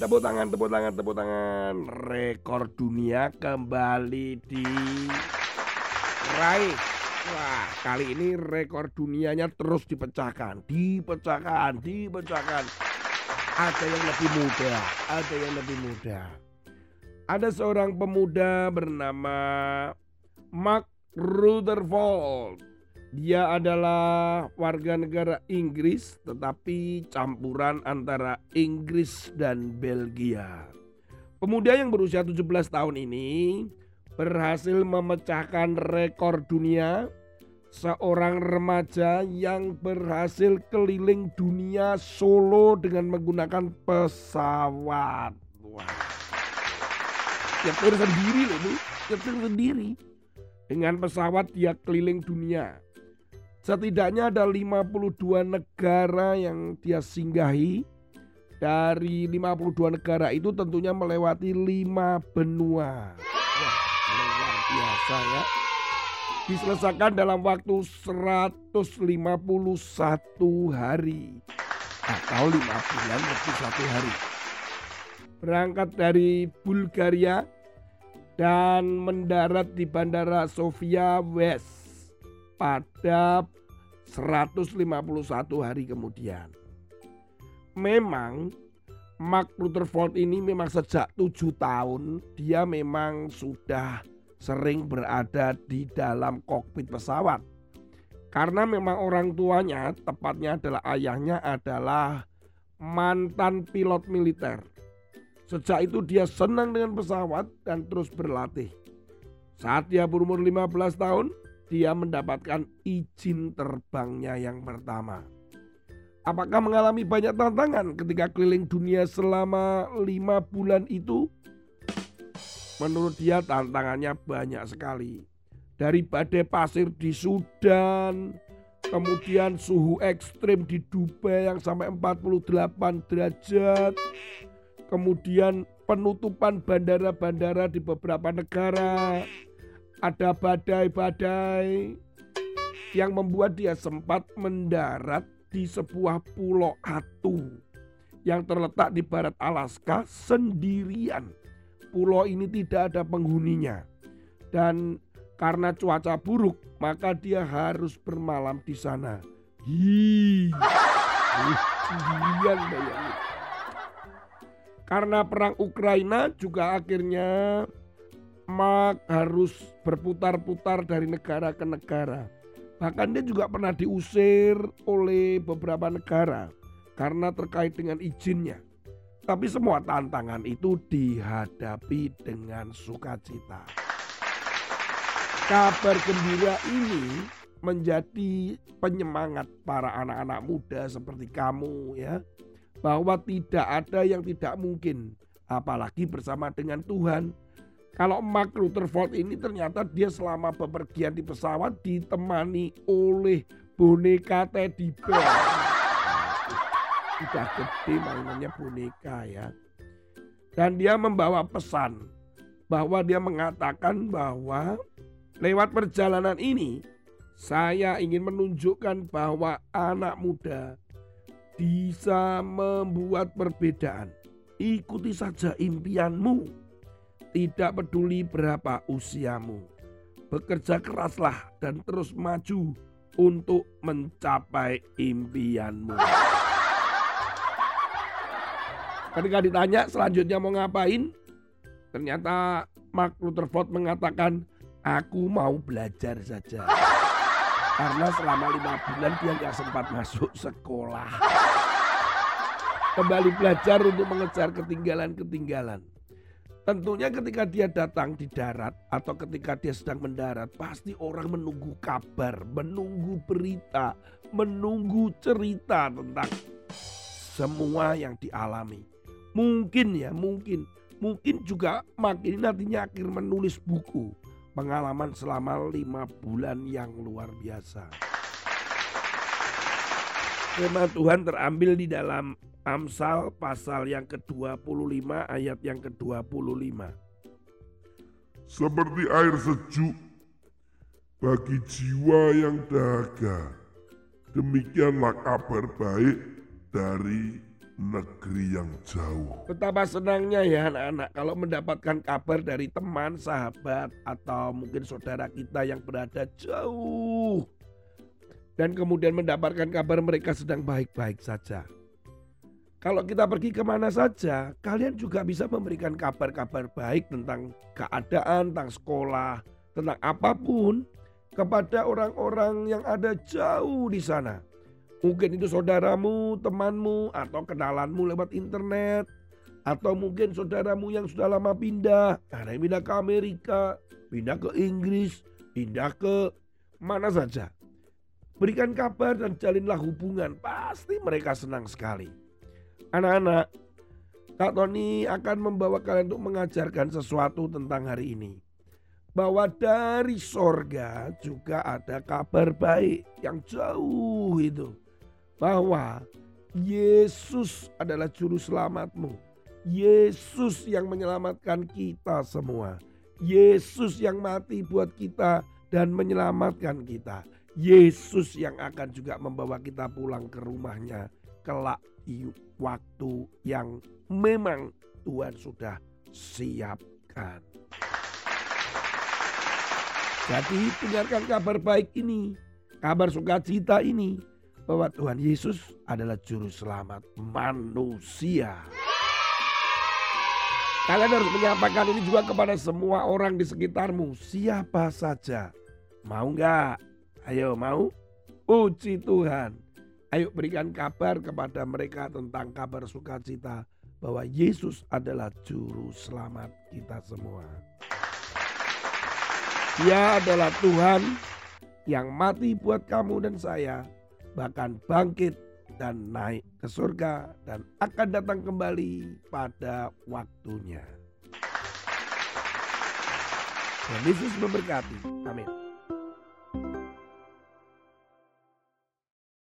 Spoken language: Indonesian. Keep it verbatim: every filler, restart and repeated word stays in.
Tepuk tangan, tepuk tangan, tepuk tangan. Rekor dunia kembali diraih. Wah, kali ini rekor dunianya terus dipecahkan, dipecahkan, dipecahkan. Ada yang lebih muda, ada yang lebih muda. Ada seorang pemuda bernama Mark Rutherford. Dia adalah warga negara Inggris tetapi campuran antara Inggris dan Belgia. Pemuda yang berusia tujuh belas tahun ini berhasil memecahkan rekor dunia, seorang remaja yang berhasil keliling dunia solo dengan menggunakan pesawat. Wah. Nyetir sendiri loh itu, nyetir sendiri. Dengan pesawat dia keliling dunia. Setidaknya ada lima puluh dua negara yang dia singgahi. Dari lima puluh dua negara itu tentunya melewati lima benua. Wah, luar biasa ya. Diselesaikan dalam waktu seratus lima puluh satu hari. Atau lima bulan lebih satu hari. Berangkat dari Bulgaria dan mendarat di Bandara Sofia West pada seratus lima puluh satu hari kemudian. Memang Mark Rutherford ini memang sejak tujuh tahun dia memang sudah sering berada di dalam kokpit pesawat. Karena memang orang tuanya, tepatnya adalah ayahnya adalah mantan pilot militer. Sejak itu dia senang dengan pesawat dan terus berlatih. Saat dia berumur lima belas tahun, dia mendapatkan izin terbangnya yang pertama. Apakah mengalami banyak tantangan ketika keliling dunia selama lima bulan itu? Menurut dia tantangannya banyak sekali. Dari badai pasir di Sudan, kemudian suhu ekstrim di Dubai yang sampai empat puluh delapan derajat, kemudian penutupan bandara-bandara di beberapa negara, ada badai-badai yang membuat dia sempat mendarat di sebuah pulau Atu yang terletak di barat Alaska sendirian. Pulau ini tidak ada penghuninya dan karena cuaca buruk maka dia harus bermalam di sana. Hi, sendirian bayangin. Karena perang Ukraina juga akhirnya Mark harus berputar-putar dari negara ke negara. Bahkan dia juga pernah diusir oleh beberapa negara karena terkait dengan izinnya. Tapi semua tantangan itu dihadapi dengan sukacita. Kabar gembira ini menjadi penyemangat para anak-anak muda seperti kamu ya. Bahwa tidak ada yang tidak mungkin, apalagi bersama dengan Tuhan. Kalau Mark Rutherford ini ternyata dia selama bepergian di pesawat ditemani oleh boneka teddy bear. Sudah gede mainannya boneka ya. Dan dia membawa pesan bahwa dia mengatakan bahwa lewat perjalanan ini saya ingin menunjukkan bahwa anak muda bisa membuat perbedaan. Ikuti saja impianmu. Tidak peduli berapa usiamu. Bekerja keraslah dan terus maju untuk mencapai impianmu. Ketika ditanya selanjutnya mau ngapain? Ternyata Mark Rutherford mengatakan, aku mau belajar saja. Karena selama lima bulan dia gak sempat masuk sekolah. Kembali belajar untuk mengejar ketinggalan-ketinggalan. Tentunya ketika dia datang di darat atau ketika dia sedang mendarat, pasti orang menunggu kabar, menunggu berita, menunggu cerita tentang semua yang dialami. Mungkin ya, mungkin. Mungkin juga Mark ini nantinya akhir menulis buku pengalaman selama lima bulan yang luar biasa. Firman Tuhan terambil di dalam Amsal pasal yang ke dua puluh lima ayat yang ke dua puluh lima. Seperti air sejuk bagi jiwa yang dahaga, demikianlah kabar baik dari negeri yang jauh. Betapa senangnya ya anak-anak kalau mendapatkan kabar dari teman, sahabat, atau mungkin saudara kita yang berada jauh. Dan kemudian mendapatkan kabar mereka sedang baik-baik saja. Kalau kita pergi kemana saja, kalian juga bisa memberikan kabar-kabar baik tentang keadaan, tentang sekolah, tentang apapun kepada orang-orang yang ada jauh di sana. Mungkin itu saudaramu, temanmu, atau kenalanmu lewat internet. Atau mungkin saudaramu yang sudah lama pindah. Ada yang pindah ke Amerika, pindah ke Inggris, pindah ke mana saja. Berikan kabar dan jalinlah hubungan. Pasti mereka senang sekali. Anak-anak, Kak Tony akan membawa kalian untuk mengajarkan sesuatu tentang hari ini. Bahwa dari sorga juga ada kabar baik yang jauh itu. Bahwa Yesus adalah juru selamatmu. Yesus yang menyelamatkan kita semua. Yesus yang mati buat kita dan menyelamatkan kita. Yesus yang akan juga membawa kita pulang ke rumahnya kelak di waktu yang memang Tuhan sudah siapkan. Jadi dengarkan kabar baik ini, kabar sukacita ini, bahwa Tuhan Yesus adalah juru selamat manusia. Kalian harus menyampaikan ini juga kepada semua orang di sekitarmu, siapa saja. Mau nggak? Ayo mau? Puji Tuhan. Ayo berikan kabar kepada mereka tentang kabar sukacita bahwa Yesus adalah juru selamat kita semua. Dia adalah Tuhan yang mati buat kamu dan saya, bahkan bangkit dan naik ke surga dan akan datang kembali pada waktunya. Dan Yesus memberkati. Amin.